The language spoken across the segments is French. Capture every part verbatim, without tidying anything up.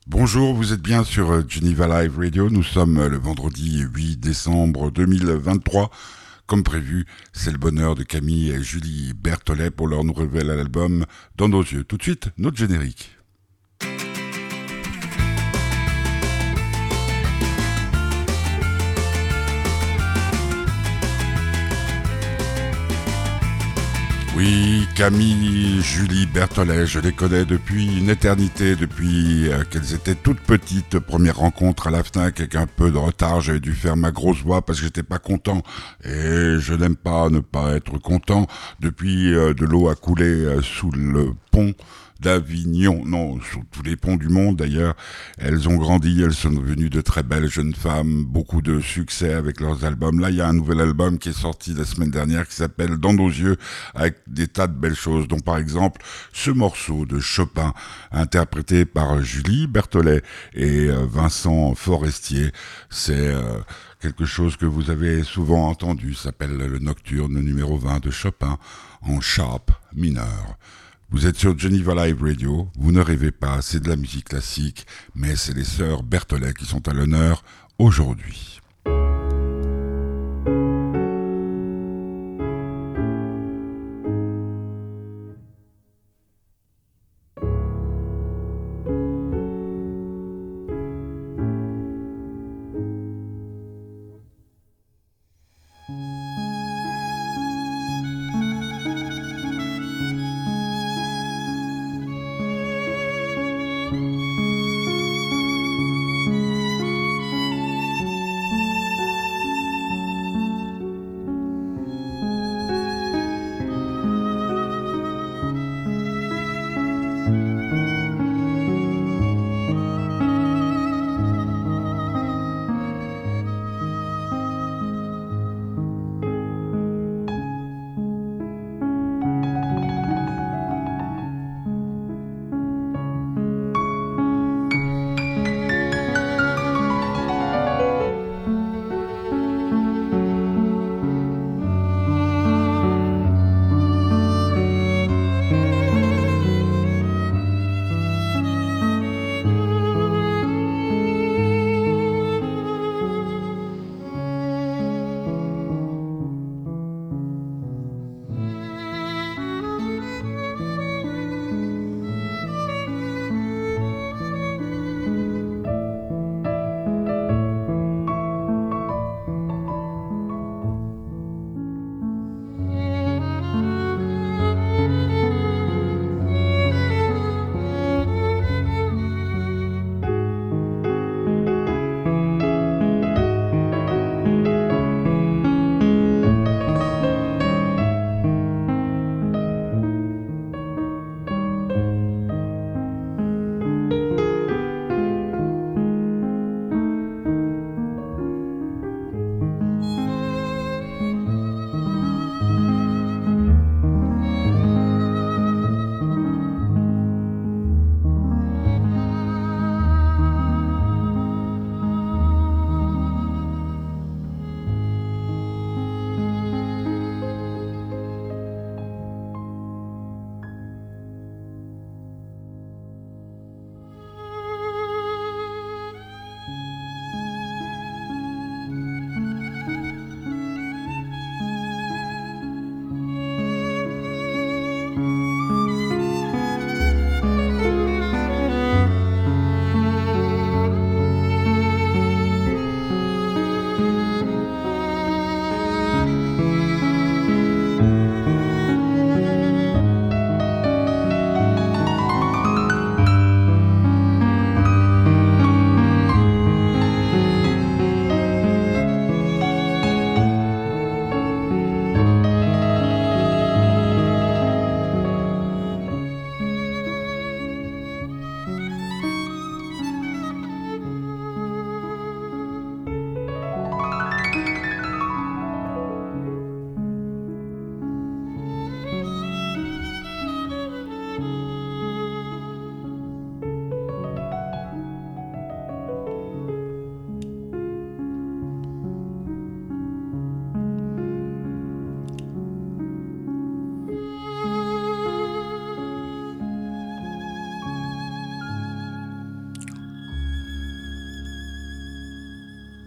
Bonjour, vous êtes bien sur euh, Geneva Live Radio. Nous sommes euh, le vendredi huit décembre deux mille vingt-trois. Comme prévu, c'est le bonheur de Camille et Julie Berthollet pour leur nouvel album Dans nos yeux. Tout de suite, notre générique. Oui, Camille, Julie Berthollet, je les connais depuis une éternité, depuis euh, qu'elles étaient toutes petites. Première rencontre à la Fnac avec un peu de retard, j'avais dû faire ma grosse voix parce que j'étais pas content. Et je n'aime pas ne pas être content. Depuis, euh, de l'eau a coulé euh, sous le pont d'Avignon, non, sous tous les ponts du monde d'ailleurs. Elles ont grandi, elles sont devenues de très belles jeunes femmes, beaucoup de succès avec leurs albums. Là, il y a un nouvel album qui est sorti la semaine dernière qui s'appelle Dans nos yeux, avec des tas de belles choses, dont par exemple ce morceau de Chopin, interprété par Julie Berthollet et euh, Vincent Forestier. C'est euh, quelque chose que vous avez souvent entendu, s'appelle le Nocturne numéro vingt de Chopin en sharp mineur. Vous êtes sur Geneva Live Radio, vous ne rêvez pas, c'est de la musique classique, mais c'est les sœurs Berthollet qui sont à l'honneur aujourd'hui.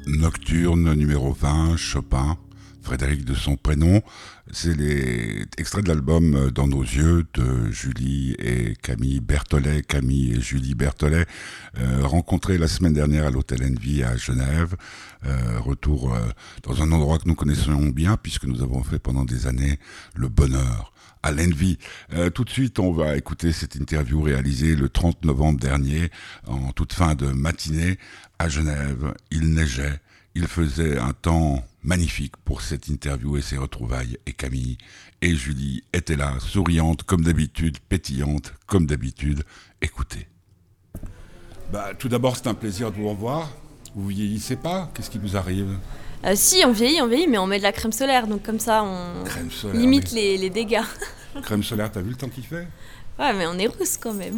Nocturne numéro vingt, Chopin, Frédéric de son prénom. C'est les extraits de l'album Dans nos yeux de Julie et Camille Berthollet. Camille et Julie Berthollet, euh, rencontrés la semaine dernière à l'hôtel Envy à Genève. Euh, retour euh, dans un endroit que nous connaissons bien puisque nous avons fait pendant des années le bonheur à l'Envy. Euh, tout de suite, on va écouter cette interview réalisée le trente novembre dernier, en toute fin de matinée, à Genève. Il neigeait, il faisait un temps magnifique pour cette interview et ses retrouvailles. Et Camille et Julie étaient là, souriantes comme d'habitude, pétillantes comme d'habitude. Écoutez. Bah, tout d'abord, c'est un plaisir de vous revoir. Vous vieillissez pas ? Qu'est-ce qui vous arrive ? Euh, si, on vieillit, on vieillit, mais on met de la crème solaire, donc comme ça, on solaire, limite mais... les, les dégâts. Crème solaire, t'as vu le temps qu'il fait ? Ouais, mais on est rousse quand même.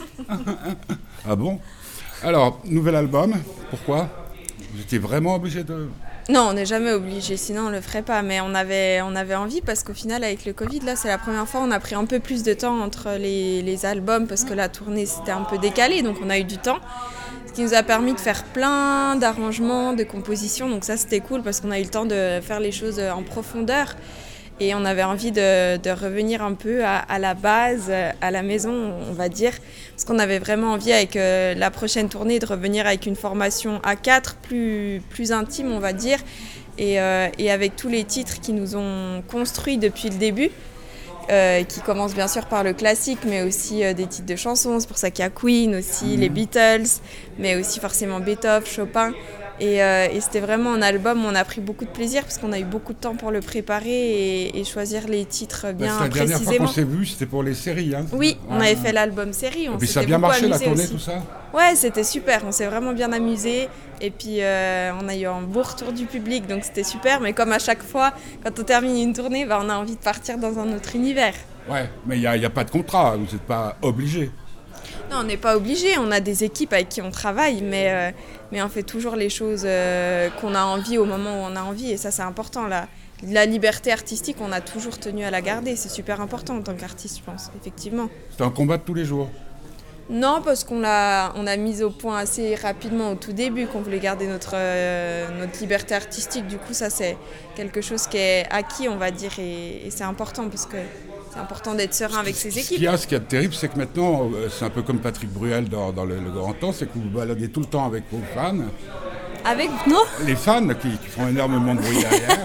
Ah bon ? Alors, nouvel album, pourquoi ? Vous étiez vraiment obligé de... Non, on n'est jamais obligé, sinon on le ferait pas. Mais on avait, on avait envie parce qu'au final, avec le Covid, là, c'est la première fois on a pris un peu plus de temps entre les, les albums parce que la tournée c'était un peu décalé, donc on a eu du temps. Ce qui nous a permis de faire plein d'arrangements, de compositions. Donc ça, c'était cool parce qu'on a eu le temps de faire les choses en profondeur. Et on avait envie de, de revenir un peu à, à la base, à la maison, on va dire. Parce qu'on avait vraiment envie, avec euh, la prochaine tournée, de revenir avec une formation à quatre, plus, plus intime, on va dire. Et, euh, et avec tous les titres qui nous ont construits depuis le début. Euh, qui commencent bien sûr par le classique, mais aussi euh, des titres de chansons. C'est pour ça qu'il y a Queen aussi, mmh. les Beatles, mais aussi forcément Beethoven, Chopin. Et, euh, et c'était vraiment un album où on a pris beaucoup de plaisir parce qu'on a eu beaucoup de temps pour le préparer et, et choisir les titres bien bah, précisément. La dernière fois qu'on s'est vu, c'était pour les séries. Hein. Oui, on avait fait l'album série. On et puis ça a bien marché la tournée, aussi. Tout ça ? Ouais, c'était super. On s'est vraiment bien amusé. Et puis euh, on a eu un beau retour du public, donc c'était super. Mais comme à chaque fois, quand on termine une tournée, bah, on a envie de partir dans un autre univers. Ouais, mais il n'y a, a pas de contrat, vous n'êtes pas obligé. Non, on n'est pas obligé, on a des équipes avec qui on travaille, mais, euh, mais on fait toujours les choses euh, qu'on a envie au moment où on a envie, et ça c'est important. La, la liberté artistique, on a toujours tenu à la garder, c'est super important en tant qu'artiste, je pense, effectivement. C'est un combat de tous les jours ? Non, parce qu'on l'a on a mis au point assez rapidement au tout début, qu'on voulait garder notre, euh, notre liberté artistique. Du coup, ça c'est quelque chose qui est acquis, on va dire, et, et c'est important, parce que c'est important d'être serein avec ses équipes. Ce qu'il y a, ce qui est terrible, c'est que maintenant, c'est un peu comme Patrick Bruel dans, dans le, le Grand Temps, c'est que vous vous baladez tout le temps avec vos fans. Avec nous ? Les fans qui, qui font énormément de bruit derrière.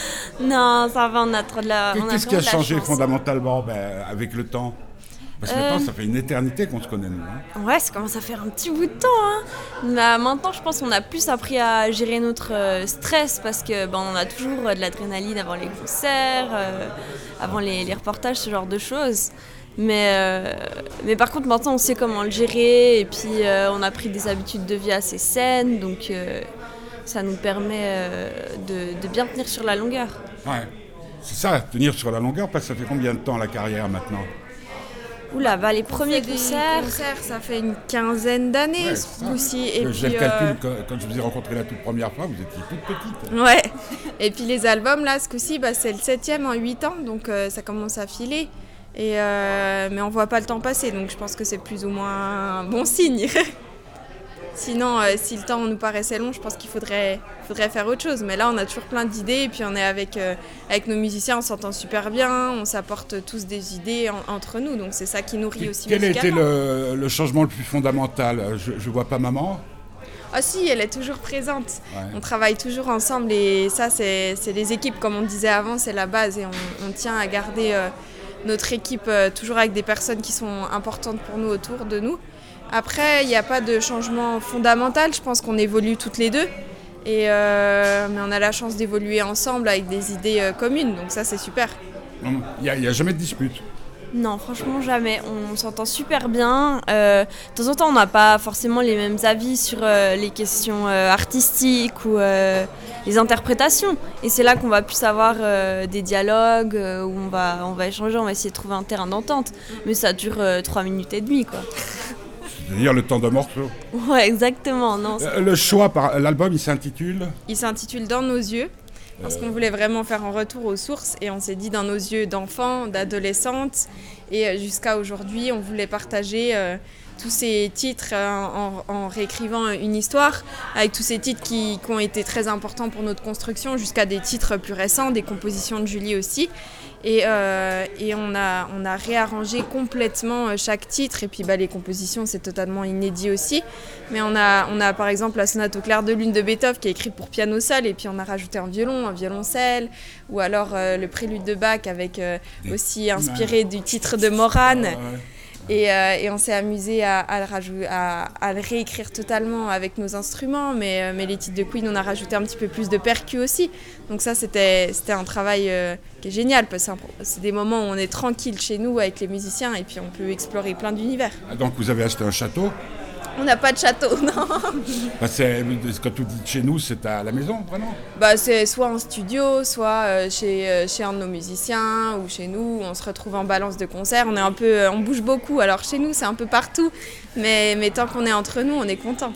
Non, ça va, on a trop de la on Qu'est-ce a qui a de la changé chance. fondamentalement ben, avec le temps ? Parce que euh... maintenant, ça fait une éternité qu'on se connaît, nous. Hein. Ouais, ça commence à faire un petit bout de temps. Hein. Là, maintenant, je pense qu'on a plus appris à gérer notre euh, stress parce que ben, on a toujours euh, de l'adrénaline avant les concerts, euh, avant les, les reportages, ce genre de choses. Mais, euh, mais par contre, maintenant, on sait comment le gérer et puis euh, on a pris des habitudes de vie assez saines. Donc, euh, ça nous permet euh, de, de bien tenir sur la longueur. Ouais, c'est ça, tenir sur la longueur, parce que ça fait combien de temps la carrière maintenant ? Oula, bah les premiers concerts... concerts, ça fait une quinzaine d'années, ouais, ce coup-ci. Et J'ai puis, le calcul, euh... quand, quand je vous ai rencontré la toute première fois, vous étiez toute petite. Ouais, et puis les albums, là, ce coup-ci, bah, c'est le septième en huit ans, donc euh, ça commence à filer. Et euh... Mais on voit pas le temps passer, donc je pense que c'est plus ou moins un bon signe. Sinon, euh, si le temps nous paraissait long, je pense qu'il faudrait, faudrait faire autre chose. Mais là, on a toujours plein d'idées. Et puis, on est avec, euh, avec nos musiciens, on s'entend super bien. On s'apporte tous des idées en, entre nous. Donc, c'est ça qui nourrit et aussi quel musicalement. Quel a été le, le changement le plus fondamental ? Je ne vois pas maman. Ah si, elle est toujours présente. Ouais. On travaille toujours ensemble. Et ça, c'est, c'est les équipes. Comme on disait avant, c'est la base. Et on, on tient à garder euh, notre équipe euh, toujours avec des personnes qui sont importantes pour nous, autour de nous. Après, il n'y a pas de changement fondamental, je pense qu'on évolue toutes les deux, et euh, mais on a la chance d'évoluer ensemble avec des idées euh, communes, donc ça c'est super. Il n'y a, a jamais de dispute ? Non, franchement jamais, on s'entend super bien. Euh, de temps en temps on n'a pas forcément les mêmes avis sur euh, les questions euh, artistiques ou euh, les interprétations, et c'est là qu'on va plus avoir euh, des dialogues euh, où on va, on va échanger, on va essayer de trouver un terrain d'entente, mais ça dure euh, trois minutes et demie quoi. C'est-à-dire le temps de morceau. Ouais, exactement. Non, euh, le choix, par l'album, il s'intitule Il s'intitule Dans nos yeux, parce euh... qu'on voulait vraiment faire un retour aux sources, et on s'est dit dans nos yeux d'enfants, d'adolescentes, et jusqu'à aujourd'hui, on voulait partager euh, tous ces titres en, en, en réécrivant une histoire, avec tous ces titres qui, qui ont été très importants pour notre construction, jusqu'à des titres plus récents, des compositions de Julie aussi. Et, euh, et on, a, on a réarrangé complètement chaque titre, et puis bah, les compositions c'est totalement inédit aussi, mais on a, on a par exemple la sonate au clair de lune de Beethoven qui est écrite pour piano seul, et puis on a rajouté un violon, un violoncelle, ou alors euh, le prélude de Bach avec euh, aussi inspiré du titre de Morane. Et, euh, et on s'est amusé à, à, le rajou- à, à le réécrire totalement avec nos instruments, mais, euh, mais les titres de Queen, on a rajouté un petit peu plus de percus aussi. Donc ça, c'était, c'était un travail euh, qui est génial, parce que c'est des moments où on est tranquille chez nous avec les musiciens, et puis on peut explorer plein d'univers. Donc vous avez acheté un château ? On n'a pas de château, non. Bah c'est, quand tu dis chez nous, c'est à la maison, vraiment ? Bah, c'est soit en studio, soit euh, chez, euh, chez un de nos musiciens, ou chez nous, on se retrouve en balance de concert. On est un peu, euh, on bouge beaucoup, alors chez nous, c'est un peu partout. Mais, mais tant qu'on est entre nous, on est content.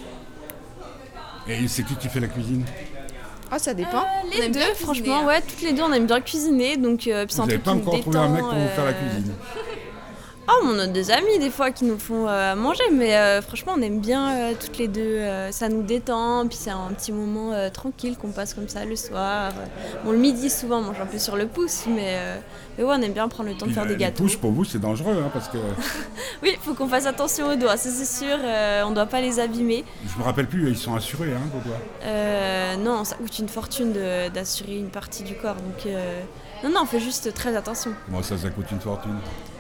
Et c'est qui qui fait la cuisine ? Ah, ça dépend. Euh, les deux, franchement, hein. ouais, toutes les deux, on aime bien cuisiner. Donc, euh, puis vous n'avez pas encore trouvé un mec pour vous faire la cuisine ? Oh, on a des amis des fois qui nous font euh, manger, mais euh, franchement on aime bien euh, toutes les deux, euh, ça nous détend, puis c'est un petit moment euh, tranquille qu'on passe comme ça le soir. Bon, le midi souvent on mange un peu sur le pouce, mais, euh, mais ouais, on aime bien prendre le temps de faire des gâteaux. Le pouce pour vous c'est dangereux, hein, parce que... Oui, il faut qu'on fasse attention aux doigts, ça c'est sûr, euh, on ne doit pas les abîmer. Je me rappelle plus, ils sont assurés, hein, vos doigts. Euh, non, ça coûte une fortune de, d'assurer une partie du corps, donc euh, non, non, on fait juste très attention. Bon, ça, ça coûte une fortune.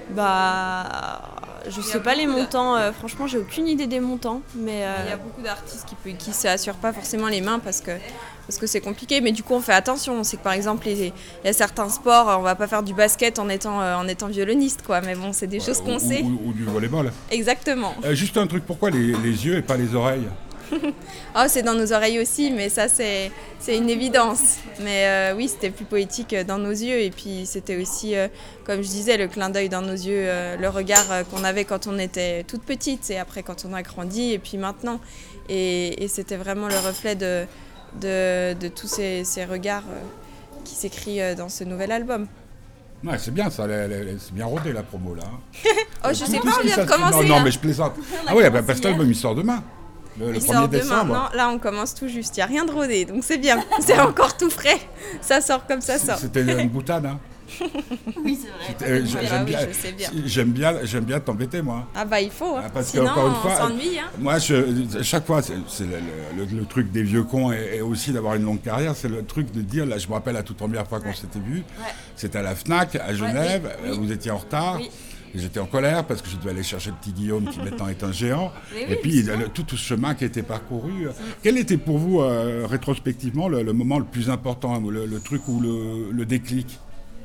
Bah, je sais pas les montants, euh, franchement j'ai aucune idée des montants, mais... Euh... Il y a beaucoup d'artistes qui ne qui s'assurent pas forcément les mains parce que, parce que c'est compliqué, mais du coup on fait attention. On sait que par exemple il y a certains sports, on va pas faire du basket en étant, euh, en étant violoniste, quoi, mais bon c'est des ouais, choses qu'on ou, sait. Ou, ou du volleyball. Exactement. Euh, juste un truc, pourquoi les, les yeux et pas les oreilles ? Oh, c'est dans nos oreilles aussi, mais ça c'est, c'est une évidence. Mais euh, oui, c'était plus poétique dans nos yeux, et puis c'était aussi, euh, comme je disais, le clin d'œil dans nos yeux, euh, le regard euh, qu'on avait quand on était toute petite, et après quand on a grandi, et puis maintenant. Et, et c'était vraiment le reflet de, de, de tous ces, ces regards euh, qui s'écrivent dans ce nouvel album. Ouais, c'est bien ça, c'est bien rodé la promo là. Oh, je sais pas, on vient de commencer. Non, non, hein. mais je plaisante. Ah oui, bah, parce que l'album il sort demain. Le, le il premier sort décembre. demain. Non, là on commence tout juste, il n'y a rien de rodé, donc c'est bien, c'est encore tout frais, ça sort comme ça sort. C'était une boutade, hein. Oui, c'est vrai. Euh, j'aime, ah, bien, oui, je sais bien. J'aime bien, j'aime bien t'embêter, moi. Ah bah il faut, hein. Parce sinon qu'encore une fois, on s'ennuie. Hein. Moi, je, chaque fois, c'est, c'est le, le, le truc des vieux cons et, et aussi d'avoir une longue carrière, c'est le truc de dire, là je me rappelle la toute première fois qu'on ouais. s'était vu, ouais. c'était à la FNAC, à Genève, ouais, oui, oui. vous étiez en retard. Oui. J'étais en colère parce que je devais aller chercher le petit Guillaume qui maintenant est un géant. Oui, et puis le, tout, tout ce chemin qui a été parcouru. Mm. Quel était pour vous, euh, rétrospectivement, le, le moment le plus important, le, le truc ou le, le déclic ?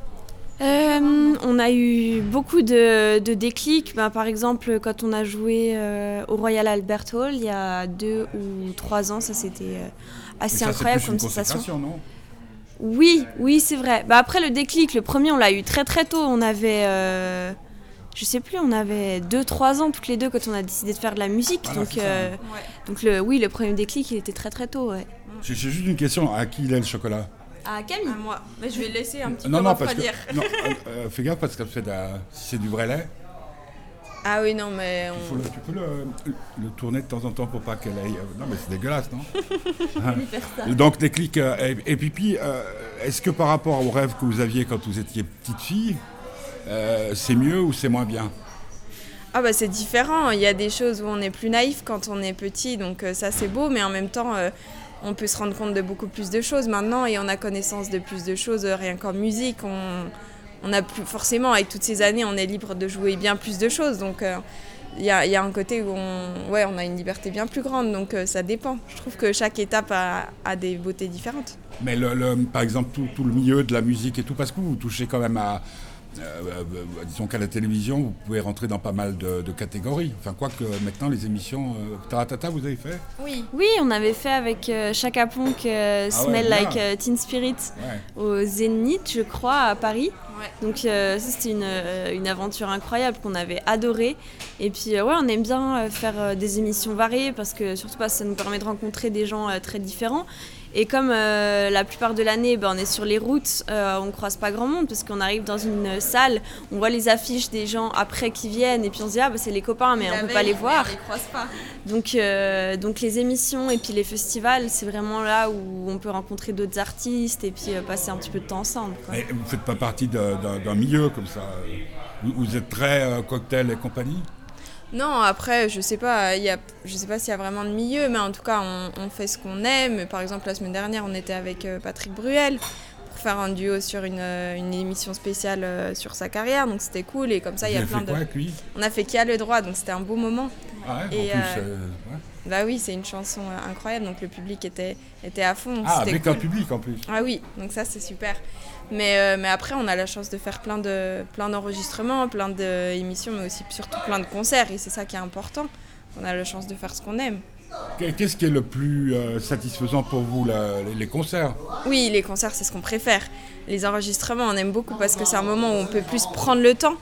Euh, on a eu beaucoup de, de déclics. Ben, par exemple, quand on a joué euh, au Royal Albert Hall il y a deux ou trois ans, ça c'était euh, assez ça, incroyable c'est comme une sensation. Non ? Oui, oui, c'est vrai. Ben, après le déclic, le premier, on l'a eu très très tôt. On avait, euh, je sais plus, on avait deux trois ans toutes les deux quand on a décidé de faire de la musique. Ah, donc, non, euh, ouais. donc le, oui, le premier déclic, il était très très tôt. Ouais. J'ai, j'ai juste une question. À qui il est le chocolat ? À Camille. À moi. Mais je vais laisser un petit non, peu non, refroidir. Parce que, non, euh, euh, fais gaffe parce que fait de la, si c'est du vrai lait. Ah oui, non, mais... On... Tu, le, tu peux le, le tourner de temps en temps pour pas qu'elle aille... Non, mais c'est dégueulasse, non ? Donc, déclic euh, et, et pipi, euh, est-ce que par rapport au rêve que vous aviez quand vous étiez petite fille, euh, c'est mieux ou c'est moins bien ? Ah bah c'est différent. Il y a des choses où on est plus naïf quand on est petit, donc euh, ça c'est beau, mais en même temps... Euh, on peut se rendre compte de beaucoup plus de choses maintenant et on a connaissance de plus de choses rien qu'en musique. On, on a plus, forcément, avec toutes ces années, on est libre de jouer bien plus de choses. Donc, il euh, y, a, y a un côté où on, ouais, on a une liberté bien plus grande. Donc, euh, ça dépend. Je trouve que chaque étape a, a des beautés différentes. Mais le, le, par exemple, tout, tout le milieu de la musique et tout, parce que vous, vous touchez quand même à... Euh, euh, disons qu'à la télévision, vous pouvez rentrer dans pas mal de, de catégories. Enfin, quoique maintenant, les émissions... Euh, Taratata, vous avez fait ? Oui. Oui, on avait fait avec euh, Chaka Ponk, euh, ah Smell ouais, Like euh, Teen Spirit ouais. au Zénith, je crois, à Paris. Ouais. Donc euh, ça, c'était une, euh, une aventure incroyable qu'on avait adorée. Et puis, euh, ouais, on aime bien euh, faire euh, des émissions variées parce que, surtout parce que ça nous permet de rencontrer des gens euh, très différents. Et comme euh, la plupart de l'année, ben, on est sur les routes, euh, on ne croise pas grand monde parce qu'on arrive dans une salle, on voit les affiches des gens après qui viennent et puis on se dit ah bah, c'est les copains mais on ne peut pas les voir. On les croise pas. Donc, euh, donc les émissions et puis les festivals, c'est vraiment là où on peut rencontrer d'autres artistes et puis euh, passer un petit peu de temps ensemble. Quoi. Mais vous ne faites pas partie d'un, d'un, d'un milieu comme ça. Vous, vous êtes très euh, cocktail et compagnie? Non, après, je sais pas, y a, je sais pas s'il y a vraiment de milieu, mais en tout cas, on, on fait ce qu'on aime. Par exemple, la semaine dernière, on était avec euh, Patrick Bruel pour faire un duo sur une, une émission spéciale euh, sur sa carrière, donc c'était cool. Et comme ça, il y a plein fait de. Quoi avec lui? On a fait Qui a le droit, donc c'était un beau moment. Ah ouais, et en plus, euh, euh, ouais. Bah oui, c'est une chanson euh, incroyable, donc le public était, était à fond. Ah, c'était avec cool. un public en plus. Ah oui, donc ça c'est super. Mais, euh, mais après, on a la chance de faire plein, de, plein d'enregistrements, plein d'émissions, mais aussi surtout plein de concerts. Et c'est ça qui est important. On a la chance de faire ce qu'on aime. Qu'est-ce qui est le plus euh, satisfaisant pour vous, la, les, les concerts? Oui, les concerts, c'est ce qu'on préfère. Les enregistrements, on aime beaucoup parce que c'est un moment où on peut plus prendre le temps.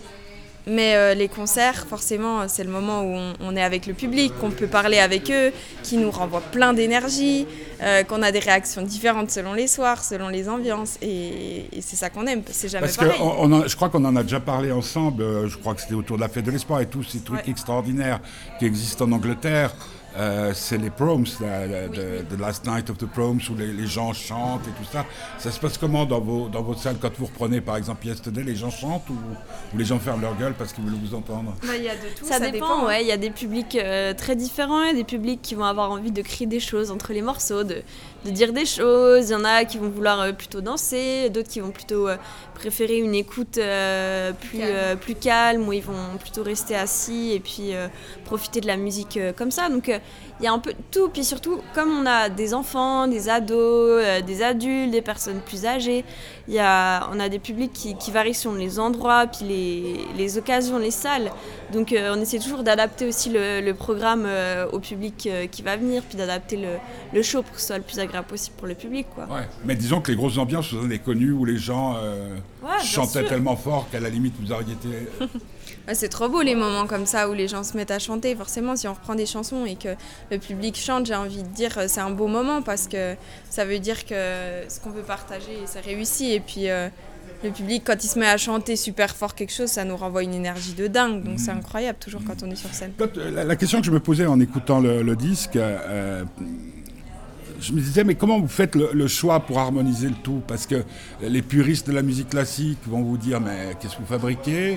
Mais euh, les concerts, forcément, c'est le moment où on, on est avec le public, qu'on peut parler avec eux, qui nous renvoient plein d'énergie, euh, qu'on a des réactions différentes selon les soirs, selon les ambiances. Et, et c'est ça qu'on aime, c'est jamais Parce pareil. que on, on a, je crois qu'on en a déjà parlé ensemble, euh, je crois que c'était autour de la Fête de l'Espoir et tous ces trucs ouais. extraordinaires qui existent en Angleterre. Euh, c'est les proms, la, la, oui, the, oui. the Last Night of the Proms, où les, les gens chantent et tout ça. Ça se passe comment dans vos, dans votre salle quand vous reprenez par exemple Yesterday? Les gens chantent ou, ou les gens ferment leur gueule parce qu'ils veulent vous entendre? Bah, y a de tout, ça, ça dépend, dépend. Ouais, il y a des publics euh, très différents, il y a des publics qui vont avoir envie de crier des choses entre les morceaux, de, de dire des choses. Il y en a qui vont vouloir euh, plutôt danser, d'autres qui vont plutôt euh, préférer une écoute euh, plus, calme. Euh, plus calme, où ils vont plutôt rester assis et puis euh, profiter de la musique euh, comme ça. Donc, euh, il y a un peu de tout, puis surtout, comme on a des enfants, des ados, euh, des adultes, des personnes plus âgées, y a, on a des publics qui, qui varient selon les endroits, puis les, les occasions, les salles. Donc euh, on essaie toujours d'adapter aussi le, le programme euh, au public euh, qui va venir, puis d'adapter le, le show pour que ce soit le plus agréable possible pour le public. Quoi. Ouais. Mais disons que les grosses ambiances, vous en avez connues où les gens euh, ouais, chantaient tellement fort qu'à la limite vous auriez été... Ouais, c'est trop beau les moments comme ça où les gens se mettent à chanter. Forcément, si on reprend des chansons et que le public chante, j'ai envie de dire c'est un beau moment parce que ça veut dire que ce qu'on veut partager, c'est réussi. Et puis euh, le public, quand il se met à chanter super fort quelque chose, ça nous renvoie une énergie de dingue. Donc mmh. c'est incroyable toujours mmh. quand on est sur scène. Quand, la, la question que je me posais en écoutant le, le disque, euh, je me disais mais comment vous faites le, le choix pour harmoniser le tout? Parce que les puristes de la musique classique vont vous dire mais qu'est-ce que vous fabriquez?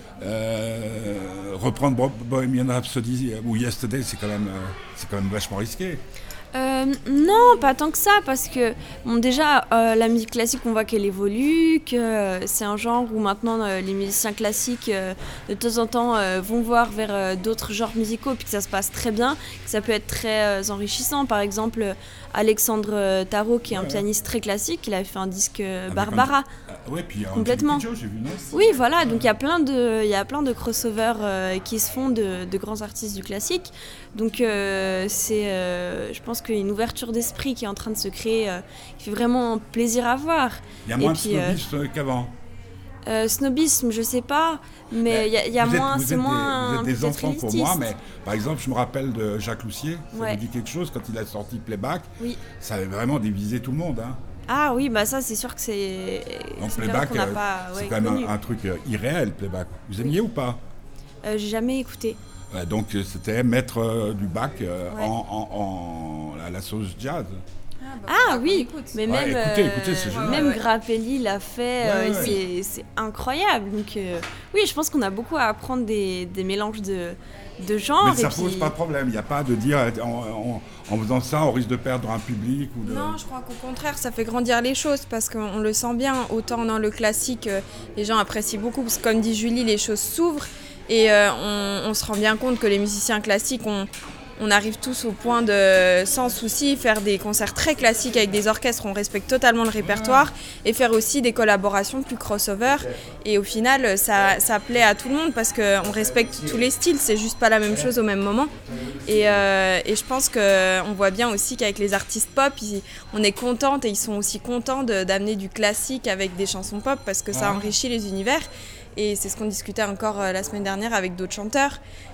Euh, reprendre Bohemian Rhapsody ou Yesterday, c'est quand même, euh, c'est quand même vachement risqué. Euh, non, pas tant que ça, parce que bon, déjà euh, la musique classique, on voit qu'elle évolue, que euh, c'est un genre où maintenant euh, les musiciens classiques euh, de temps en temps euh, vont voir vers euh, d'autres genres musicaux, puis que ça se passe très bien, que ça peut être très euh, enrichissant. Par exemple, Alexandre Tarot, qui est un ouais, pianiste très classique, il avait fait un disque euh, Barbara. Un... Ah, ouais, puis complètement. Joe, j'ai vu, non oui, voilà, ouais. Donc il y a plein de, il y a plein de crossovers euh, qui se font de, de grands artistes du classique. Donc euh, c'est, euh, je pense qu'il y a une ouverture d'esprit qui est en train de se créer, euh, qui fait vraiment plaisir à voir. Il y a moins puis, de snobisme euh, qu'avant. Euh, snobisme, je sais pas, mais il y a, y a moins, êtes, c'est moins. Des, vous êtes des enfants pour moi, mais par exemple, je me rappelle de Jacques Loussier, ça ouais. me dit quelque chose quand il a sorti Playback. Oui. Ça avait vraiment divisé tout le monde. Hein. Ah oui, bah ça c'est sûr que c'est. Donc c'est Playback, qu'on a pas, c'est ouais, quand même connu. un, un truc irréel, Playback. Vous aimiez ou pas? euh, J'ai jamais écouté. Ouais, donc c'était mettre euh, du bac euh, ouais. en, en, en, à la sauce jazz. Ah, bah, ah oui, mais ouais, même, écoutez, écoutez, c'est euh, même ouais. Grappelli l'a fait, ouais, euh, ouais. C'est, c'est incroyable. Donc euh, oui, je pense qu'on a beaucoup à apprendre des, des mélanges de, de genres. Mais ça et pose puis... pas de problème, il n'y a pas de dire en, en, en faisant ça, on risque de perdre un public. Ou de... Non, je crois qu'au contraire, ça fait grandir les choses parce qu'on le sent bien. Autant dans le classique, euh, les gens apprécient beaucoup parce que comme dit Julie, les choses s'ouvrent et euh, on, on se rend bien compte que les musiciens classiques ont... On arrive tous au point de, sans souci, faire des concerts très classiques avec des orchestres, on respecte totalement le répertoire et faire aussi des collaborations plus crossover. Et au final, ça, ça plaît à tout le monde parce qu'on respecte tous les styles, c'est juste pas la même chose au même moment. Et, euh, et je pense qu'on voit bien aussi qu'avec les artistes pop, ils, on est contente et ils sont aussi contents de, d'amener du classique avec des chansons pop parce que ça enrichit les univers. Et c'est ce qu'on discutait encore la semaine dernière avec d'autres chanteurs.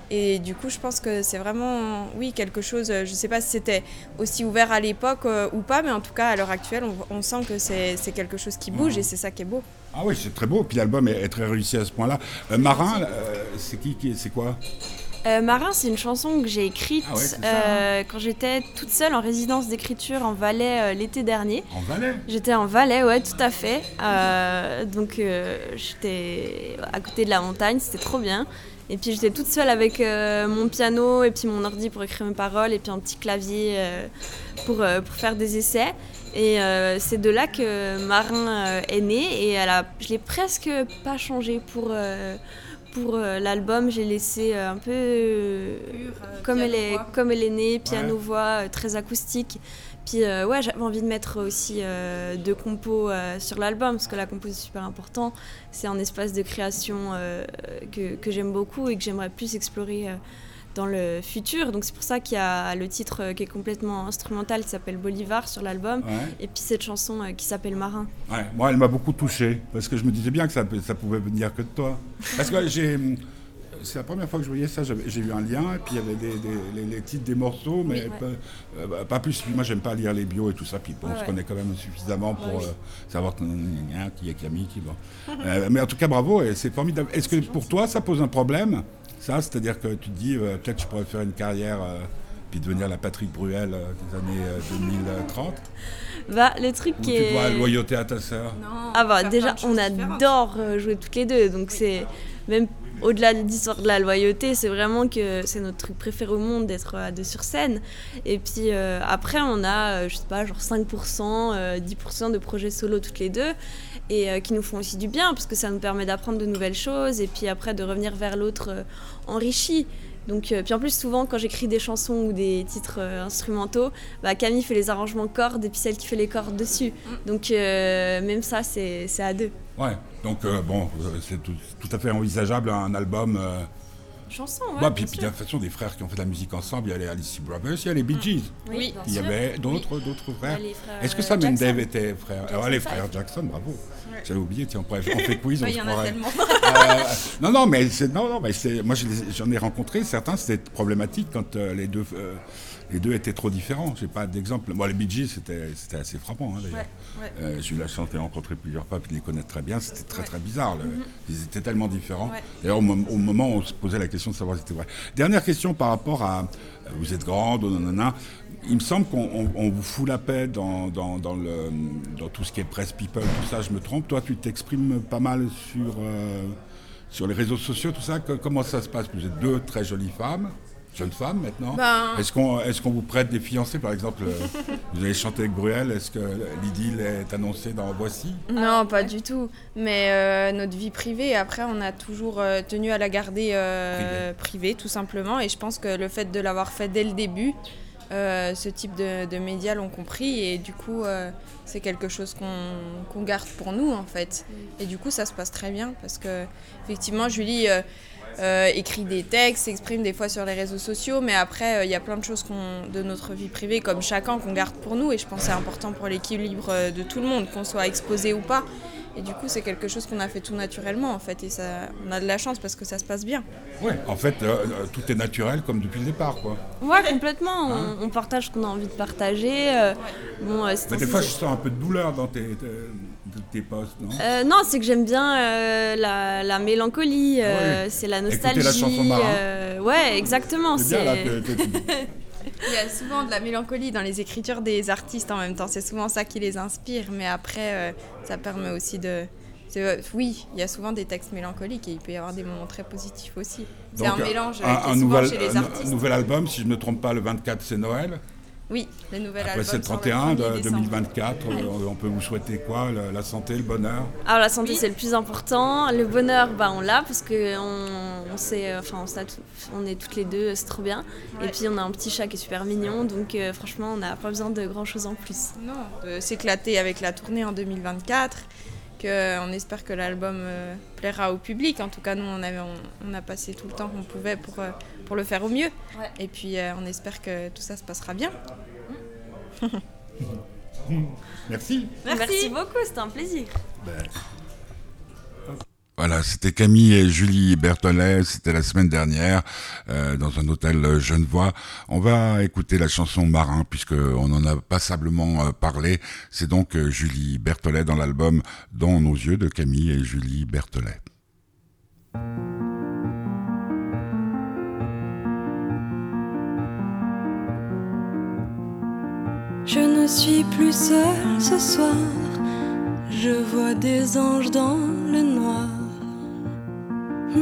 Et du coup, je pense que c'est vraiment, oui, quelque chose, je ne sais pas si c'était aussi ouvert à l'époque euh, ou pas, mais en tout cas, à l'heure actuelle, on, on sent que c'est, c'est quelque chose qui bouge mmh. et c'est ça qui est beau. Ah oui, c'est très beau, puis l'album est, est très réussi à ce point-là. Euh, Marin, euh, c'est qui, qui c'est quoi ? Euh, Marin, c'est une chanson que j'ai écrite ah ouais, ça, euh, hein. quand j'étais toute seule en résidence d'écriture en Valais euh, l'été dernier. En Valais ? J'étais en Valais, ouais, tout à fait. Euh, donc euh, j'étais à côté de la montagne, c'était trop bien. Et puis j'étais toute seule avec euh, mon piano et puis mon ordi pour écrire mes paroles et puis un petit clavier euh, pour, euh, pour faire des essais. Et euh, c'est de là que Marin euh, est né et elle a, je l'ai presque pas changé pour... Euh, Pour euh, l'album, j'ai laissé euh, un peu euh, Pure, euh, comme, elle est, comme elle est née, piano-voix, euh, très acoustique. Puis euh, ouais, j'avais envie de mettre aussi euh, deux compos euh, sur l'album, parce que la compo c'est super important. C'est un espace de création euh, que, que j'aime beaucoup et que j'aimerais plus explorer euh, dans le futur. Donc c'est pour ça qu'il y a le titre euh, qui est complètement instrumental, qui s'appelle Bolivar sur l'album, ouais. Et puis cette chanson euh, qui s'appelle Marin. Ouais, moi elle m'a beaucoup touché, parce que je me disais bien que ça, ça pouvait venir que de toi. Parce que j'ai... C'est la première fois que je voyais ça, j'ai eu un lien, et puis il y avait des, des, les, les titres des morceaux, mais oui, ouais. pas, euh, pas plus. Moi, j'aime pas lire les bios et tout ça, puis bon, ouais, on se connaît quand même suffisamment pour ouais, oui. euh, savoir qui est Camille, qui bon. euh, mais en tout cas, bravo, et c'est formidable. Est-ce que pour toi, ça pose un problème, ça, c'est-à-dire que tu te dis, euh, peut-être je pourrais faire une carrière, euh, puis devenir la Patrick Bruel euh, des années euh, deux mille trente? Bah, le truc Ou qui tu est... dois loyauté à ta sœur? Non, ah bah, déjà, on adore différentes. jouer toutes les deux, donc oui. c'est même... Au-delà de l'histoire de la loyauté, c'est vraiment que c'est notre truc préféré au monde d'être à deux sur scène. Et puis euh, après, on a, euh, je sais pas, genre cinq pour cent, euh, dix pour cent de projets solo toutes les deux, et euh, qui nous font aussi du bien, parce que ça nous permet d'apprendre de nouvelles choses, et puis après de revenir vers l'autre euh, enrichi. Donc, euh, puis en plus, souvent, quand j'écris des chansons ou des titres euh, instrumentaux, bah, Camille fait les arrangements cordes et puis celle qui fait les cordes dessus. Donc, euh, même ça, c'est, c'est à deux. Ouais, donc euh, bon, c'est tout, tout à fait envisageable un album. Euh... Chanson, ouais. Bah, puis, puis de toute façon, des frères qui ont fait de la musique ensemble, il y a les Alice Brothers, il y a les Bee Gees. Oui, il y avait d'autres, oui. d'autres frères. frères. Est-ce que Sam euh, et Dave étaient frères? Alors, les frères Jackson, bravo. Ouais. J'avais oublié, tiens, on, on fait quiz, on se croirait. euh, non, non, mais, c'est, non, non, mais c'est, moi j'en ai rencontré certains, c'était problématique quand euh, les deux. Euh, Les deux étaient trop différents. J'ai pas d'exemple. Moi, les Bee Gees, c'était, c'était assez frappant, hein, d'ailleurs. Ouais, ouais. Euh, j'ai eu la chance de les rencontrer plusieurs fois, puis de les connaître très bien. C'était très, ouais. très bizarre. Le, mm-hmm. Ils étaient tellement différents. Ouais. D'ailleurs, au, au moment où on se posait la question de savoir si c'était vrai. Dernière question par rapport à... Vous êtes grande, nanana. Il me semble qu'on on, on vous fout la paix dans, dans, dans, le, dans tout ce qui est presse people, tout ça. Je me trompe. Toi, tu t'exprimes pas mal sur, euh, sur les réseaux sociaux, tout ça. Que, comment ça se passe? Vous êtes deux très jolies femmes. Jeune femme maintenant. Ben... Est-ce qu'on, est-ce qu'on vous prête des fiancés, par exemple? Vous allez chanter avec Bruel. Est-ce que l'idylle est annoncée dans Voici? Non, pas du tout. Mais euh, notre vie privée, après, on a toujours euh, tenu à la garder euh, privée. privée, tout simplement. Et je pense que le fait de l'avoir fait dès le début, euh, ce type de, de médias l'ont compris. Et du coup, euh, c'est quelque chose qu'on, qu'on garde pour nous, en fait. Et du coup, ça se passe très bien. Parce que, effectivement, Julie... Euh, Euh, écrit des textes, s'exprime des fois sur les réseaux sociaux, mais après il euh, y a plein de choses qu'on, de notre vie privée comme chacun qu'on garde pour nous, et je pense que c'est important pour l'équilibre de tout le monde, qu'on soit exposé ou pas. Et du coup, c'est quelque chose qu'on a fait tout naturellement, en fait, et ça, on a de la chance parce que ça se passe bien. Oui, en fait, euh, tout est naturel comme depuis le départ, quoi. Ouais, complètement. Hein? on, on partage ce qu'on a envie de partager. Euh, bon, euh, Mais des fois, je sens un peu de douleur dans tes, tes, tes posts, non euh, Non, c'est que j'aime bien euh, la, la mélancolie, euh, oui. c'est la nostalgie. Écoutez la chanson Marin. Euh, ouais, exactement. C'est, c'est... bien, là, que, que tu... Il y a souvent de la mélancolie dans les écritures des artistes en même temps. C'est souvent ça qui les inspire. Mais après, euh, ça permet aussi de... C'est, euh, oui, il y a souvent des textes mélancoliques et il peut y avoir des moments très positifs aussi. C'est donc, un mélange un, qui est un souvent nouvel, chez les artistes. Un nouvel album, si je ne me trompe pas, le vingt-quatre, c'est Noël. Oui, le nouvel Après, album. Après, c'est le trente et un de deux mille vingt-quatre. On, on peut vous souhaiter quoi? La, la santé, le bonheur? Alors, la santé, oui. c'est le plus important. Le bonheur, bah, on l'a parce qu'on on sait, enfin, on, on est toutes les deux, c'est trop bien. Ouais. Et puis, on a un petit chat qui est super mignon. Donc, euh, franchement, on n'a pas besoin de grand-chose en plus. Non, de s'éclater avec la tournée en deux mille vingt-quatre. Que, on espère que l'album euh, plaira au public. En tout cas, nous, on, avait, on, on a passé tout le temps qu'on pouvait pour, euh, pour le faire au mieux. Ouais. Et puis, euh, on espère que tout ça se passera bien. Merci. Merci. Merci beaucoup, c'était un plaisir. Ben... Voilà, c'était Camille et Julie Berthollet, c'était la semaine dernière euh, dans un hôtel genevois. On va écouter la chanson Marin puisqu'on en a passablement euh, parlé. C'est donc euh, Julie Berthollet dans l'album Dans nos yeux de Camille et Julie Berthollet. Je ne suis plus seule ce soir, je vois des anges dans le noir. Mmh,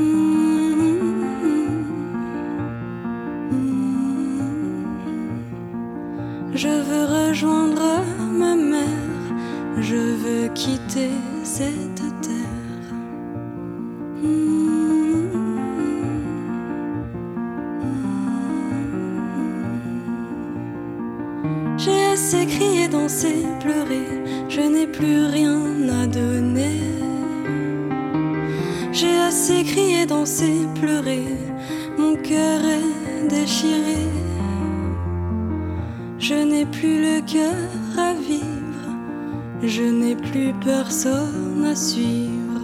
mmh. Je veux rejoindre ma mère, je veux quitter cette terre. Mmh, mmh. J'ai assez crié, dansé, pleuré, je n'ai plus rien à donner. J'ai assez crié, dansé, pleuré, mon cœur est déchiré. Je n'ai plus le cœur à vivre, je n'ai plus personne à suivre.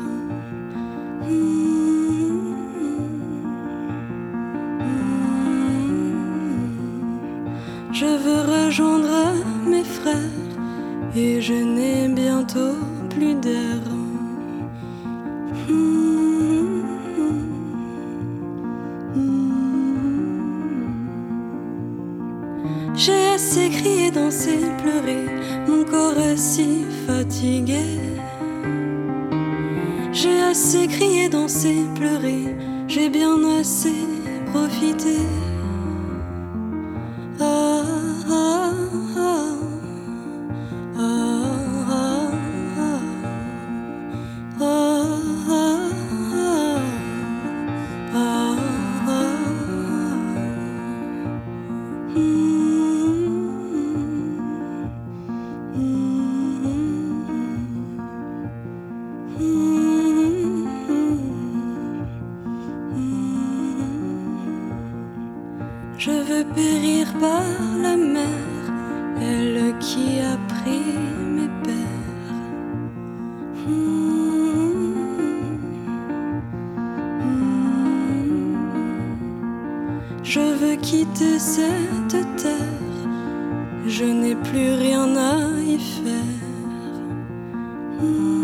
Mmh, mmh. Je veux rejoindre mes frères et je n'ai bientôt plus d'air. Mmh. J'ai assez crié, dansé, pleuré, mon corps est si fatigué. J'ai assez crié, dansé, pleuré, j'ai bien assez profité. Ah, ah, ah, ah, ah, ah, ah, ah, ah, ah. Hmm. Je veux périr par la mer, elle qui a pris mes pères. Mmh, mmh. Je veux quitter cette terre, je n'ai plus rien à y faire. Mmh.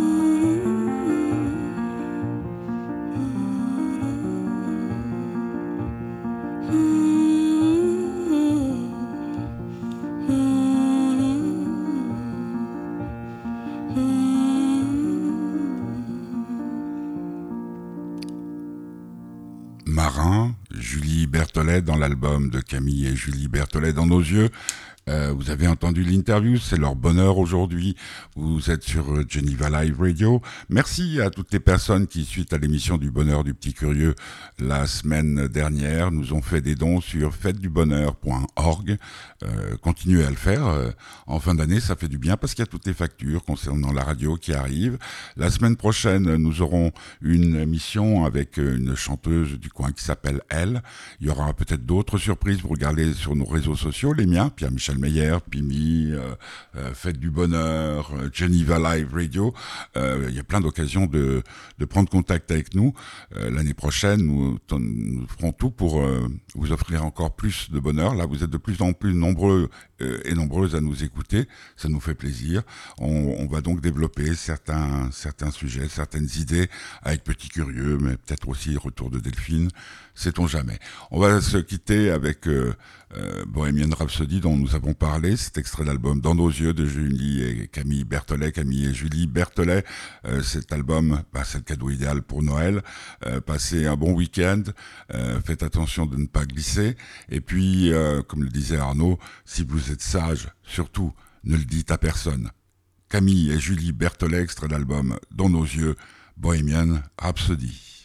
Marin, Julie Berthollet dans l'album de Camille et Julie Berthollet Dans nos yeux. Euh, vous avez entendu l'interview, c'est leur bonheur aujourd'hui. Vous êtes sur Geneva Live Radio. Merci à toutes les personnes qui, suite à l'émission du Bonheur du Petit Curieux la semaine dernière, nous ont fait des dons sur fête du bonheur point org. Euh, continuez à le faire. Euh, en fin d'année, ça fait du bien parce qu'il y a toutes les factures concernant la radio qui arrivent. La semaine prochaine, nous aurons une émission avec une chanteuse du coin qui s'appelle Elle. Il y aura peut-être d'autres surprises. Vous regardez sur nos réseaux sociaux, les miens, Pierre-Michel Meyer, Pimi, euh, euh, Fête du Bonheur, euh, Geneva Live Radio. Euh, il y a plein d'occasions de, de prendre contact avec nous. Euh, l'année prochaine, nous, nous ferons tout pour euh, vous offrir encore plus de bonheur. Là, vous êtes de plus en plus nombreux euh, et nombreuses à nous écouter. Ça nous fait plaisir. On, on va donc développer certains, certains sujets, certaines idées avec Petit Curieux, mais peut-être aussi Retour de Delphine. Sait-on jamais. On va se quitter avec euh, euh, Bohemian Rhapsody dont nous avons parlé, cet extrait d'album Dans nos yeux de Julie et Camille Berthollet, Camille et Julie Berthollet. Euh, cet album, bah, c'est le cadeau idéal pour Noël. Euh, passez un bon week-end, euh, faites attention de ne pas glisser. Et puis, euh, comme le disait Arnaud, si vous êtes sage, surtout, ne le dites à personne. Camille et Julie Berthollet, extrait d'album Dans nos yeux, Bohemian Rhapsody.